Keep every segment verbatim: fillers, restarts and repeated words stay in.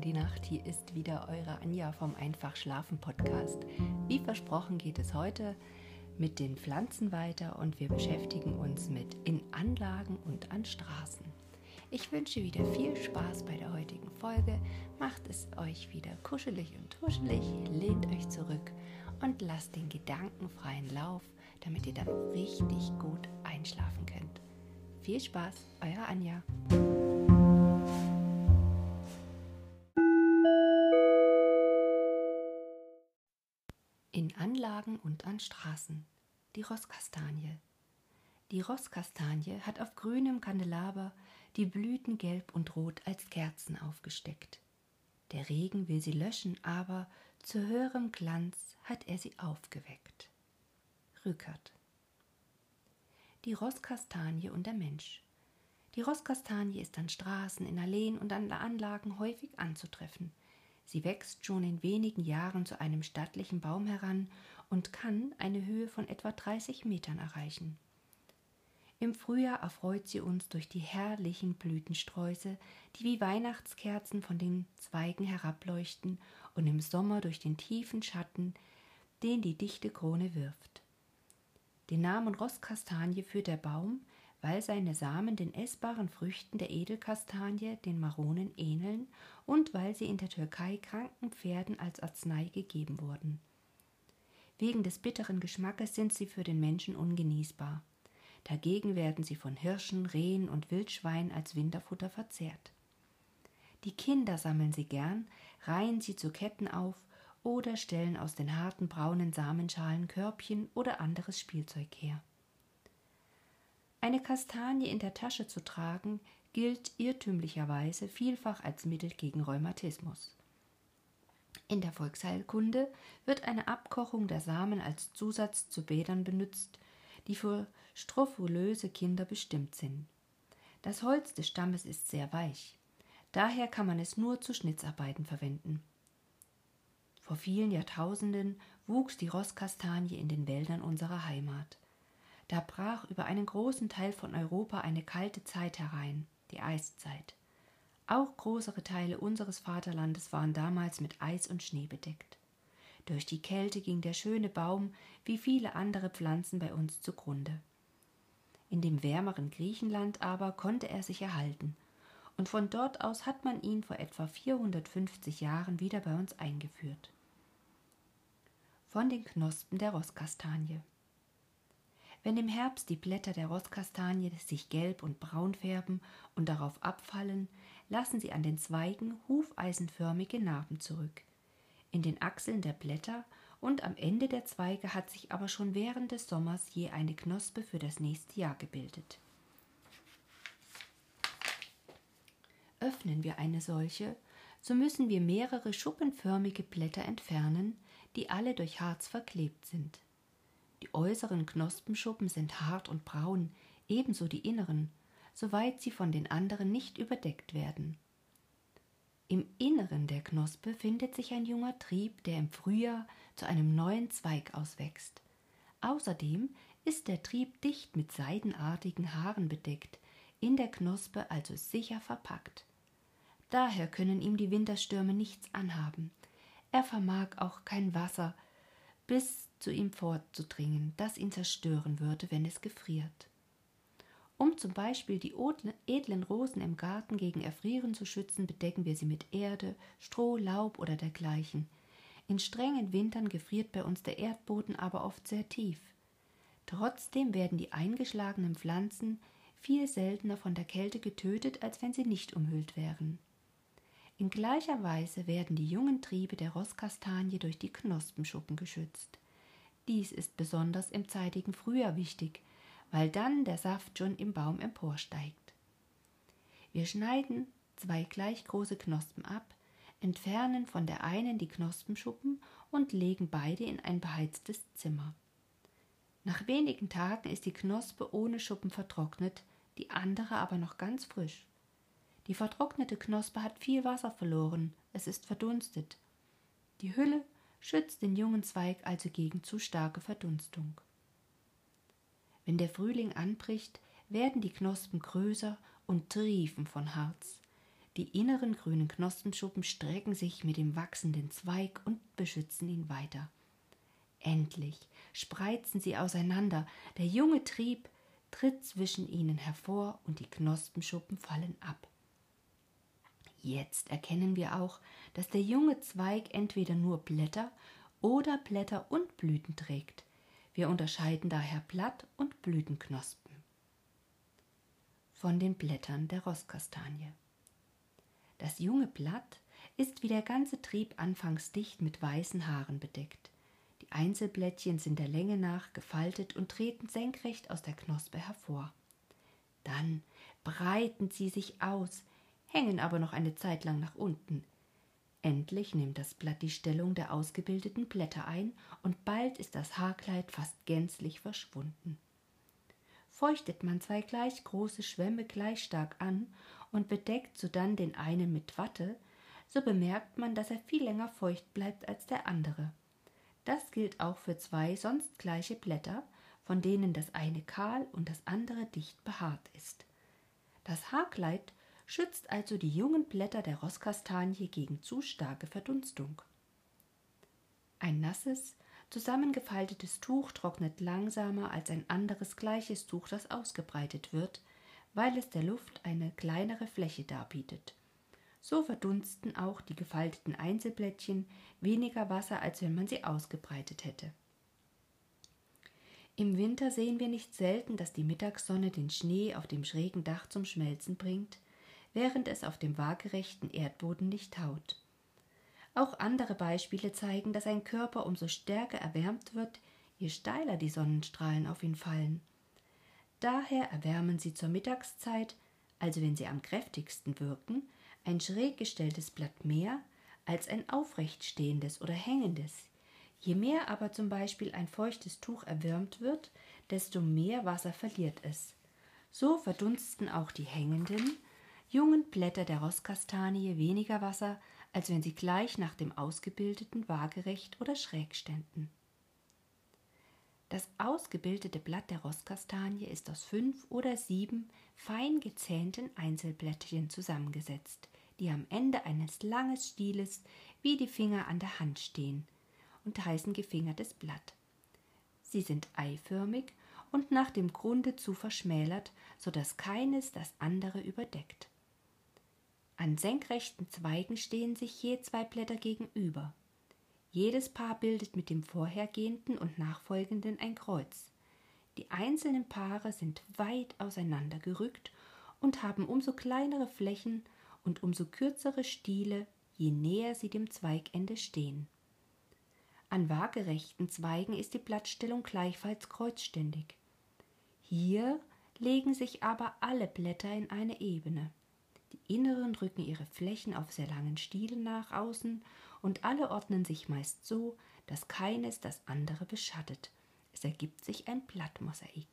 die Nacht, hier ist wieder eure Anja vom Einfach Schlafen Podcast. Wie versprochen geht es heute mit den Pflanzen weiter und wir beschäftigen uns mit in Anlagen und an Straßen. Ich wünsche wieder viel Spaß bei der heutigen Folge, macht es euch wieder kuschelig und tuschelig, lehnt euch zurück und lasst den Gedanken freien Lauf, damit ihr dann richtig gut einschlafen könnt. Viel Spaß, eure Anja. In Anlagen und an Straßen. Die Rosskastanie. Die Rosskastanie hat auf grünem Kandelaber die Blüten gelb und rot als Kerzen aufgesteckt. Der Regen will sie löschen, aber zu höherem Glanz hat er sie aufgeweckt. Rückert. Die Rosskastanie und der Mensch. Die Rosskastanie ist an Straßen, in Alleen und an Anlagen häufig anzutreffen. Sie wächst schon in wenigen Jahren zu einem stattlichen Baum heran und kann eine Höhe von etwa dreißig Metern erreichen. Im Frühjahr erfreut sie uns durch die herrlichen Blütensträuße, die wie Weihnachtskerzen von den Zweigen herableuchten, und im Sommer durch den tiefen Schatten, den die dichte Krone wirft. Den Namen Rosskastanie führt der Baum, weil seine Samen den essbaren Früchten der Edelkastanie, den Maronen, ähneln und weil sie in der Türkei kranken Pferden als Arznei gegeben wurden. Wegen des bitteren Geschmackes sind sie für den Menschen ungenießbar. Dagegen werden sie von Hirschen, Rehen und Wildschweinen als Winterfutter verzehrt. Die Kinder sammeln sie gern, reihen sie zu Ketten auf oder stellen aus den harten braunen Samenschalen Körbchen oder anderes Spielzeug her. Eine Kastanie in der Tasche zu tragen, gilt irrtümlicherweise vielfach als Mittel gegen Rheumatismus. In der Volksheilkunde wird eine Abkochung der Samen als Zusatz zu Bädern benutzt, die für strophulöse Kinder bestimmt sind. Das Holz des Stammes ist sehr weich, daher kann man es nur zu Schnitzarbeiten verwenden. Vor vielen Jahrtausenden wuchs die Rosskastanie in den Wäldern unserer Heimat. Da brach über einen großen Teil von Europa eine kalte Zeit herein, die Eiszeit. Auch größere Teile unseres Vaterlandes waren damals mit Eis und Schnee bedeckt. Durch die Kälte ging der schöne Baum, wie viele andere Pflanzen bei uns, zugrunde. In dem wärmeren Griechenland aber konnte er sich erhalten, und von dort aus hat man ihn vor etwa vierhundertfünfzig Jahren wieder bei uns eingeführt. Von den Knospen der Rosskastanie. Wenn im Herbst die Blätter der Rosskastanie sich gelb und braun färben und darauf abfallen, lassen sie an den Zweigen hufeisenförmige Narben zurück. In den Achseln der Blätter und am Ende der Zweige hat sich aber schon während des Sommers je eine Knospe für das nächste Jahr gebildet. Öffnen wir eine solche, so müssen wir mehrere schuppenförmige Blätter entfernen, die alle durch Harz verklebt sind. Die äußeren Knospenschuppen sind hart und braun, ebenso die inneren, soweit sie von den anderen nicht überdeckt werden. Im Inneren der Knospe findet sich ein junger Trieb, der im Frühjahr zu einem neuen Zweig auswächst. Außerdem ist der Trieb dicht mit seidenartigen Haaren bedeckt, in der Knospe also sicher verpackt. Daher können ihm die Winterstürme nichts anhaben. Er vermag auch kein Wasser bis zu ihm vorzudringen, das ihn zerstören würde, wenn es gefriert. Um zum Beispiel die edlen Rosen im Garten gegen Erfrieren zu schützen, bedecken wir sie mit Erde, Stroh, Laub oder dergleichen. In strengen Wintern gefriert bei uns der Erdboden aber oft sehr tief. Trotzdem werden die eingeschlagenen Pflanzen viel seltener von der Kälte getötet, als wenn sie nicht umhüllt wären. In gleicher Weise werden die jungen Triebe der Rosskastanie durch die Knospenschuppen geschützt. Dies ist besonders im zeitigen Frühjahr wichtig, weil dann der Saft schon im Baum emporsteigt. Wir schneiden zwei gleich große Knospen ab, entfernen von der einen die Knospenschuppen und legen beide in ein beheiztes Zimmer. Nach wenigen Tagen ist die Knospe ohne Schuppen vertrocknet, die andere aber noch ganz frisch. Die vertrocknete Knospe hat viel Wasser verloren, es ist verdunstet. Die Hülle schützt den jungen Zweig also gegen zu starke Verdunstung. Wenn der Frühling anbricht, werden die Knospen größer und triefen von Harz. Die inneren grünen Knospenschuppen strecken sich mit dem wachsenden Zweig und beschützen ihn weiter. Endlich spreizen sie auseinander, der junge Trieb tritt zwischen ihnen hervor und die Knospenschuppen fallen ab. Jetzt erkennen wir auch, dass der junge Zweig entweder nur Blätter oder Blätter und Blüten trägt. Wir unterscheiden daher Blatt- und Blütenknospen von den Blättern der Rosskastanie. Das junge Blatt ist wie der ganze Trieb anfangs dicht mit weißen Haaren bedeckt. Die Einzelblättchen sind der Länge nach gefaltet und treten senkrecht aus der Knospe hervor. Dann breiten sie sich aus, hängen aber noch eine Zeit lang nach unten. Endlich nimmt das Blatt die Stellung der ausgebildeten Blätter ein und bald ist das Haarkleid fast gänzlich verschwunden. Feuchtet man zwei gleich große Schwämme gleich stark an und bedeckt sodann den einen mit Watte, so bemerkt man, dass er viel länger feucht bleibt als der andere. Das gilt auch für zwei sonst gleiche Blätter, von denen das eine kahl und das andere dicht behaart ist. Das Haarkleid schützt also die jungen Blätter der Rosskastanie gegen zu starke Verdunstung. Ein nasses, zusammengefaltetes Tuch trocknet langsamer als ein anderes gleiches Tuch, das ausgebreitet wird, weil es der Luft eine kleinere Fläche darbietet. So verdunsten auch die gefalteten Einzelblättchen weniger Wasser, als wenn man sie ausgebreitet hätte. Im Winter sehen wir nicht selten, dass die Mittagssonne den Schnee auf dem schrägen Dach zum Schmelzen bringt, während es auf dem waagerechten Erdboden nicht taut. Auch andere Beispiele zeigen, dass ein Körper umso stärker erwärmt wird, je steiler die Sonnenstrahlen auf ihn fallen. Daher erwärmen sie zur Mittagszeit, also wenn sie am kräftigsten wirken, ein schräg gestelltes Blatt mehr als ein aufrecht stehendes oder hängendes. Je mehr aber zum Beispiel ein feuchtes Tuch erwärmt wird, desto mehr Wasser verliert es. So verdunsten auch die hängenden, jungen Blätter der Rosskastanie weniger Wasser, als wenn sie gleich nach dem ausgebildeten waagerecht oder schräg ständen. Das ausgebildete Blatt der Rosskastanie ist aus fünf oder sieben fein gezähnten Einzelblättchen zusammengesetzt, die am Ende eines langen Stieles wie die Finger an der Hand stehen und heißen gefingertes Blatt. Sie sind eiförmig und nach dem Grunde zu verschmälert, so dass keines das andere überdeckt. An senkrechten Zweigen stehen sich je zwei Blätter gegenüber. Jedes Paar bildet mit dem vorhergehenden und nachfolgenden ein Kreuz. Die einzelnen Paare sind weit auseinander gerückt und haben umso kleinere Flächen und umso kürzere Stiele, je näher sie dem Zweigende stehen. An waagerechten Zweigen ist die Blattstellung gleichfalls kreuzständig. Hier legen sich aber alle Blätter in eine Ebene. Die inneren rücken ihre Flächen auf sehr langen Stielen nach außen und alle ordnen sich meist so, dass keines das andere beschattet. Es ergibt sich ein Blattmosaik.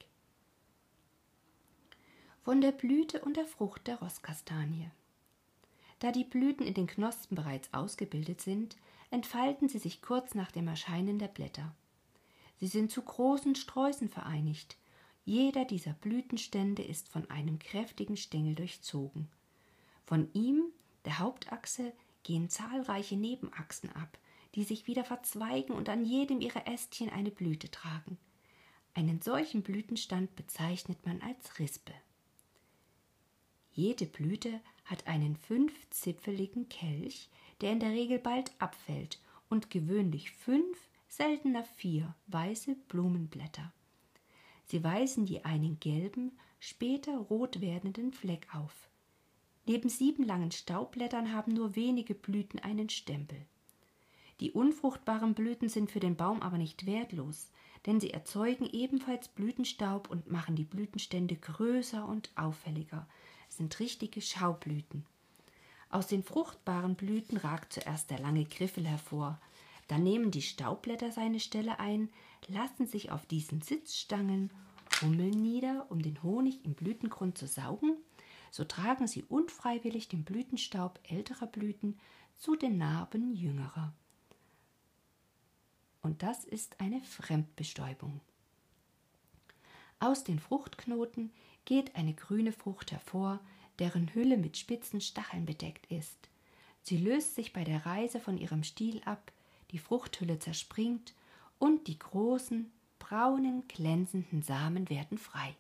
Von der Blüte und der Frucht der Rosskastanie. Da die Blüten in den Knospen bereits ausgebildet sind, entfalten sie sich kurz nach dem Erscheinen der Blätter. Sie sind zu großen Sträußen vereinigt. Jeder dieser Blütenstände ist von einem kräftigen Stängel durchzogen. Von ihm, der Hauptachse, gehen zahlreiche Nebenachsen ab, die sich wieder verzweigen und an jedem ihrer Ästchen eine Blüte tragen. Einen solchen Blütenstand bezeichnet man als Rispe. Jede Blüte hat einen fünfzipfeligen Kelch, der in der Regel bald abfällt, und gewöhnlich fünf, seltener vier weiße Blumenblätter. Sie weisen je einen gelben, später rot werdenden Fleck auf. Neben sieben langen Staubblättern haben nur wenige Blüten einen Stempel. Die unfruchtbaren Blüten sind für den Baum aber nicht wertlos, denn sie erzeugen ebenfalls Blütenstaub und machen die Blütenstände größer und auffälliger. Es sind richtige Schaublüten. Aus den fruchtbaren Blüten ragt zuerst der lange Griffel hervor. Dann nehmen die Staubblätter seine Stelle ein, lassen sich auf diesen Sitzstangen Hummeln nieder, um den Honig im Blütengrund zu saugen. So tragen sie unfreiwillig den Blütenstaub älterer Blüten zu den Narben jüngerer. Und das ist eine Fremdbestäubung. Aus den Fruchtknoten geht eine grüne Frucht hervor, deren Hülle mit spitzen Stacheln bedeckt ist. Sie löst sich bei der Reise von ihrem Stiel ab, die Fruchthülle zerspringt und die großen, braunen, glänzenden Samen werden frei.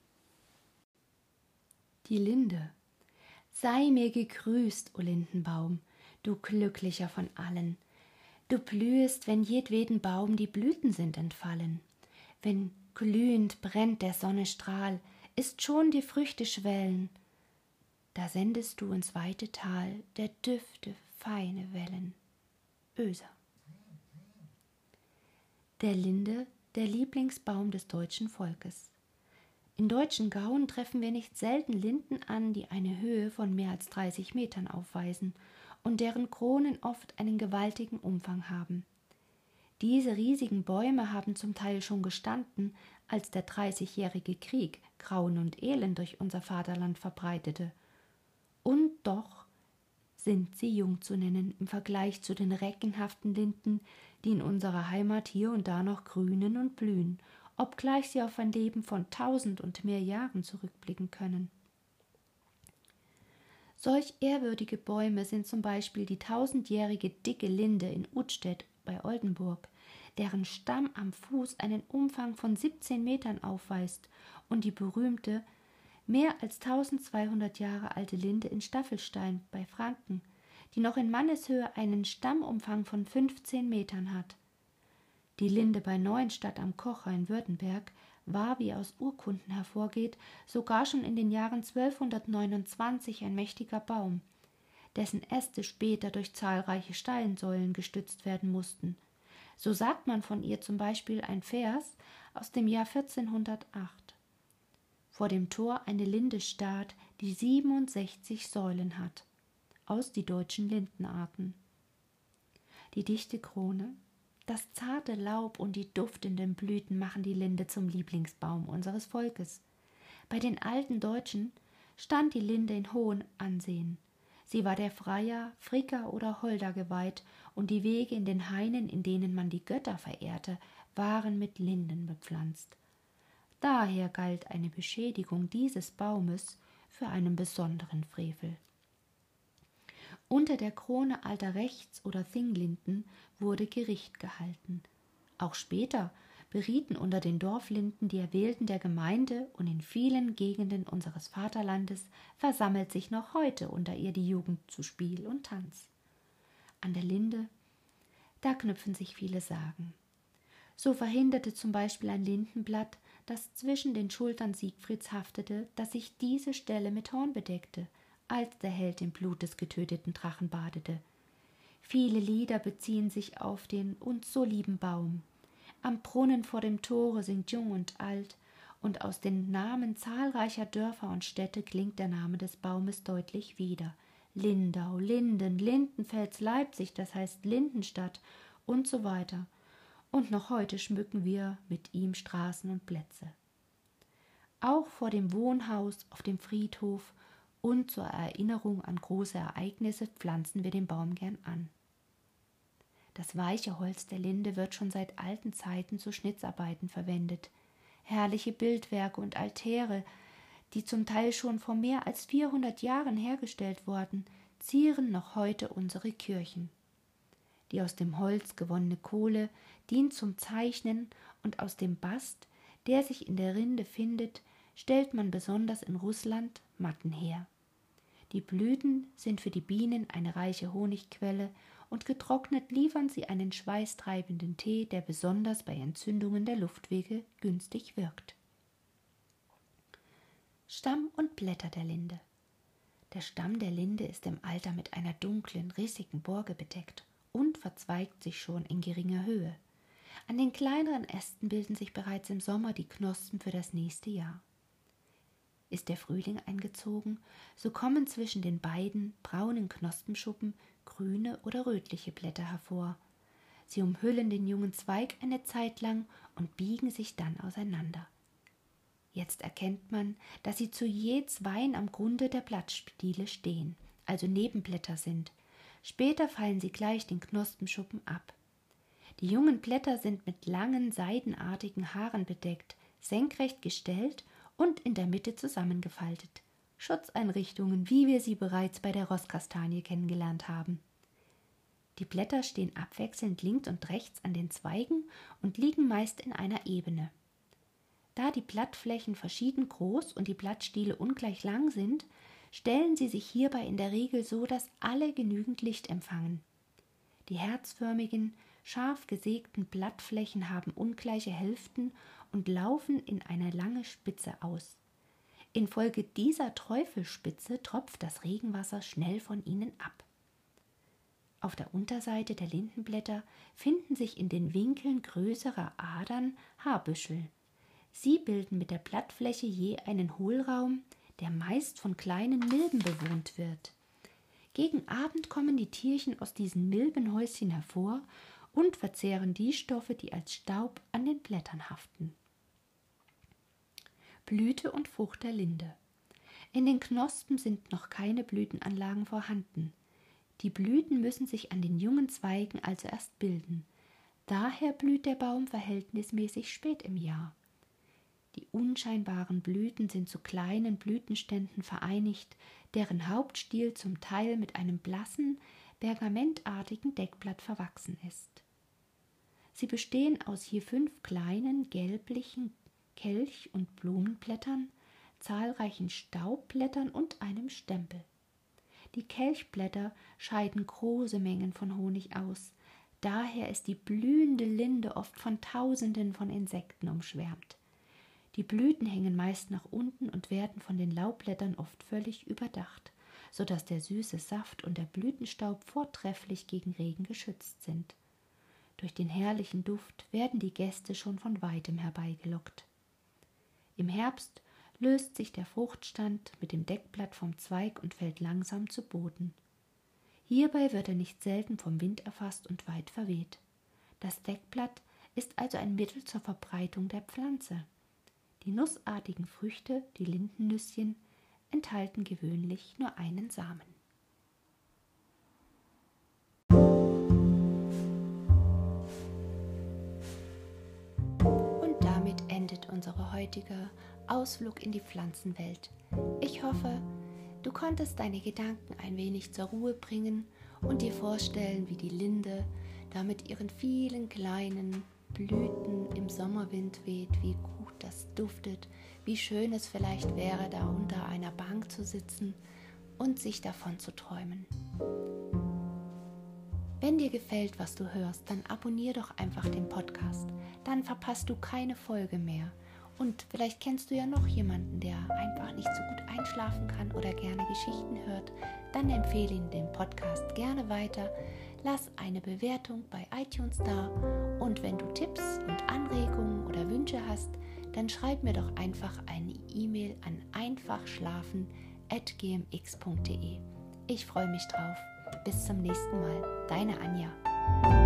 Die Linde. Sei mir gegrüßt, o Lindenbaum, du glücklicher von allen. Du blühest, wenn jedweden Baum die Blüten sind entfallen. Wenn glühend brennt der Sonne Strahl, ist schon die Früchte schwellen. Da sendest du ins weite Tal der Düfte feine Wellen. Oeser. Der Linde, der Lieblingsbaum des deutschen Volkes. In deutschen Gauen treffen wir nicht selten Linden an, die eine Höhe von mehr als dreißig Metern aufweisen und deren Kronen oft einen gewaltigen Umfang haben. Diese riesigen Bäume haben zum Teil schon gestanden, als der Dreißigjährige Krieg Grauen und Elend durch unser Vaterland verbreitete. Und doch sind sie jung zu nennen im Vergleich zu den reckenhaften Linden, die in unserer Heimat hier und da noch grünen und blühen, obgleich sie auf ein Leben von tausend und mehr Jahren zurückblicken können. Solch ehrwürdige Bäume sind zum Beispiel die tausendjährige dicke Linde in Udstedt bei Oldenburg, deren Stamm am Fuß einen Umfang von siebzehn Metern aufweist, und die berühmte, mehr als tausendzweihundert Jahre alte Linde in Staffelstein bei Franken, die noch in Manneshöhe einen Stammumfang von fünfzehn Metern hat. Die Linde bei Neuenstadt am Kocher in Württemberg war, wie aus Urkunden hervorgeht, sogar schon in den Jahren zwölfhundertneunundzwanzig ein mächtiger Baum, dessen Äste später durch zahlreiche Steinsäulen gestützt werden mussten. So sagt man von ihr zum Beispiel ein Vers aus dem Jahr vierzehnhundertacht. Vor dem Tor eine Linde starrt, die siebenundsechzig Säulen hat, aus die deutschen Lindenarten. Die dichte Krone, das zarte Laub und die duftenden Blüten machen die Linde zum Lieblingsbaum unseres Volkes. Bei den alten Deutschen stand die Linde in hohem Ansehen. Sie war der Freier, Fricker oder Holder geweiht, und die Wege in den Hainen, in denen man die Götter verehrte, waren mit Linden bepflanzt. Daher galt eine Beschädigung dieses Baumes für einen besonderen Frevel. Unter der Krone alter Rechts- oder Thinglinden wurde Gericht gehalten. Auch später berieten unter den Dorflinden die Erwählten der Gemeinde, und in vielen Gegenden unseres Vaterlandes versammelt sich noch heute unter ihr die Jugend zu Spiel und Tanz. An der Linde, da knüpfen sich viele Sagen. So verhinderte zum Beispiel ein Lindenblatt, das zwischen den Schultern Siegfrieds haftete, dass sich diese Stelle mit Horn bedeckte, als der Held im Blut des getöteten Drachen badete. Viele Lieder beziehen sich auf den uns so lieben Baum. Am Brunnen vor dem Tore singt Jung und Alt, und aus den Namen zahlreicher Dörfer und Städte klingt der Name des Baumes deutlich wieder. Lindau, Linden, Lindenfels, Leipzig, das heißt Lindenstadt und so weiter. Und noch heute schmücken wir mit ihm Straßen und Plätze. Auch vor dem Wohnhaus, auf dem Friedhof und zur Erinnerung an große Ereignisse pflanzen wir den Baum gern an. Das weiche Holz der Linde wird schon seit alten Zeiten zu Schnitzarbeiten verwendet. Herrliche Bildwerke und Altäre, die zum Teil schon vor mehr als vierhundert Jahren hergestellt wurden, zieren noch heute unsere Kirchen. Die aus dem Holz gewonnene Kohle dient zum Zeichnen, und aus dem Bast, der sich in der Rinde findet, stellt man besonders in Russland Matten her. Die Blüten sind für die Bienen eine reiche Honigquelle, und getrocknet liefern sie einen schweißtreibenden Tee, der besonders bei Entzündungen der Luftwege günstig wirkt. Stamm und Blätter der Linde. Der Stamm der Linde ist im Alter mit einer dunklen, rissigen Borke bedeckt und verzweigt sich schon in geringer Höhe. An den kleineren Ästen bilden sich bereits im Sommer die Knospen für das nächste Jahr. Ist der Frühling eingezogen, so kommen zwischen den beiden braunen Knospenschuppen grüne oder rötliche Blätter hervor. Sie umhüllen den jungen Zweig eine Zeit lang und biegen sich dann auseinander. Jetzt erkennt man, dass sie zu je zweien am Grunde der Blattstiele stehen, also Nebenblätter sind. Später fallen sie gleich den Knospenschuppen ab. Die jungen Blätter sind mit langen, seidenartigen Haaren bedeckt, senkrecht gestellt und in der Mitte zusammengefaltet. Schutzeinrichtungen, wie wir sie bereits bei der Rosskastanie kennengelernt haben. Die Blätter stehen abwechselnd links und rechts an den Zweigen und liegen meist in einer Ebene. Da die Blattflächen verschieden groß und die Blattstiele ungleich lang sind, stellen sie sich hierbei in der Regel so, dass alle genügend Licht empfangen. Die herzförmigen, scharf gesägten Blattflächen haben ungleiche Hälften und laufen in eine lange Spitze aus. Infolge dieser Träufelspitze tropft das Regenwasser schnell von ihnen ab. Auf der Unterseite der Lindenblätter finden sich in den Winkeln größerer Adern Haarbüschel. Sie bilden mit der Blattfläche je einen Hohlraum, der meist von kleinen Milben bewohnt wird. Gegen Abend kommen die Tierchen aus diesen Milbenhäuschen hervor und verzehren die Stoffe, die als Staub an den Blättern haften. Blüte und Frucht der Linde. In den Knospen sind noch keine Blütenanlagen vorhanden. Die Blüten müssen sich an den jungen Zweigen also erst bilden. Daher blüht der Baum verhältnismäßig spät im Jahr. Die unscheinbaren Blüten sind zu kleinen Blütenständen vereinigt, deren Hauptstiel zum Teil mit einem blassen, pergamentartigen Deckblatt verwachsen ist. Sie bestehen aus je fünf kleinen, gelblichen Kelch- und Blumenblättern, zahlreichen Staubblättern und einem Stempel. Die Kelchblätter scheiden große Mengen von Honig aus. Daher ist die blühende Linde oft von Tausenden von Insekten umschwärmt. Die Blüten hängen meist nach unten und werden von den Laubblättern oft völlig überdacht, sodass der süße Saft und der Blütenstaub vortrefflich gegen Regen geschützt sind. Durch den herrlichen Duft werden die Gäste schon von weitem herbeigelockt. Im Herbst löst sich der Fruchtstand mit dem Deckblatt vom Zweig und fällt langsam zu Boden. Hierbei wird er nicht selten vom Wind erfasst und weit verweht. Das Deckblatt ist also ein Mittel zur Verbreitung der Pflanze. Die nussartigen Früchte, die Lindennüsschen, enthalten gewöhnlich nur einen Samen. Und damit endet unsere heutige Ausflug in die Pflanzenwelt. Ich hoffe, du konntest deine Gedanken ein wenig zur Ruhe bringen und dir vorstellen, wie die Linde da mit ihren vielen kleinen Blüten im Sommerwind weht, wie gut das duftet, wie schön es vielleicht wäre, da unter einer Bank zu sitzen und sich davon zu träumen. Wenn dir gefällt, was du hörst, dann abonnier doch einfach den Podcast, dann verpasst du keine Folge mehr. Und vielleicht kennst du ja noch jemanden, der einfach nicht so gut einschlafen kann oder gerne Geschichten hört, dann empfehle ihm den Podcast gerne weiter. Lass eine Bewertung bei iTunes da und wenn du Tipps und Anregungen oder Wünsche hast, dann schreib mir doch einfach eine E-Mail an einfachschlafen at gmx punkt de. Ich freue mich drauf. Bis zum nächsten Mal. Deine Anja.